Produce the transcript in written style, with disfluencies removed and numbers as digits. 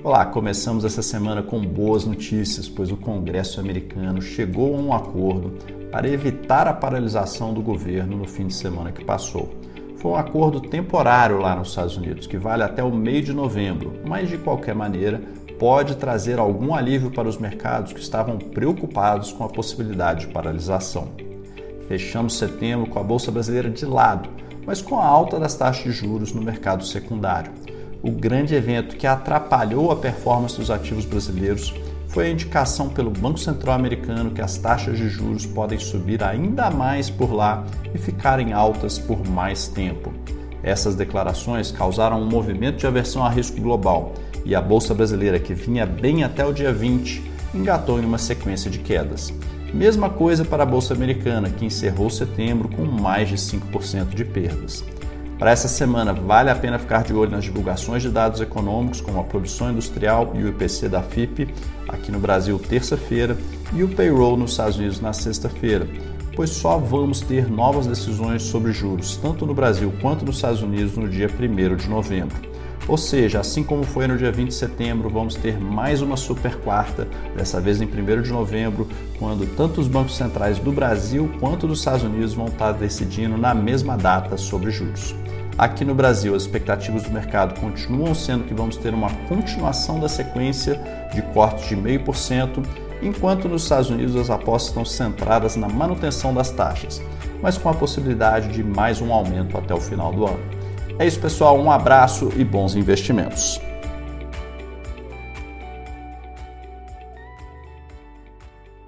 Olá, começamos essa semana com boas notícias, pois o Congresso americano chegou a um acordo para evitar a paralisação do governo no fim de semana que passou. Foi um acordo temporário lá nos Estados Unidos, que vale até o meio de novembro, mas de qualquer maneira pode trazer algum alívio para os mercados que estavam preocupados com a possibilidade de paralisação. Fechamos setembro com a Bolsa Brasileira de lado, mas com a alta das taxas de juros no mercado secundário. O grande evento que atrapalhou a performance dos ativos brasileiros foi a indicação pelo Banco Central americano que as taxas de juros podem subir ainda mais por lá e ficarem altas por mais tempo. Essas declarações causaram um movimento de aversão a risco global e a Bolsa Brasileira, que vinha bem até o dia 20, engatou em uma sequência de quedas. Mesma coisa para a Bolsa Americana, que encerrou setembro com mais de 5% de perdas. Para essa semana, vale a pena ficar de olho nas divulgações de dados econômicos, como a produção industrial e o IPC da FIPE, aqui no Brasil, terça-feira, e o payroll nos Estados Unidos na sexta-feira, pois só vamos ter novas decisões sobre juros, tanto no Brasil quanto nos Estados Unidos, no dia 1º de novembro. Ou seja, assim como foi no dia 20 de setembro, vamos ter mais uma super quarta, dessa vez em 1º de novembro, quando tanto os bancos centrais do Brasil quanto dos Estados Unidos vão estar decidindo na mesma data sobre juros. Aqui no Brasil, as expectativas do mercado continuam sendo que vamos ter uma continuação da sequência de cortes de 0,5%, enquanto nos Estados Unidos as apostas estão centradas na manutenção das taxas, mas com a possibilidade de mais um aumento até o final do ano. É isso, pessoal. Um abraço e bons investimentos.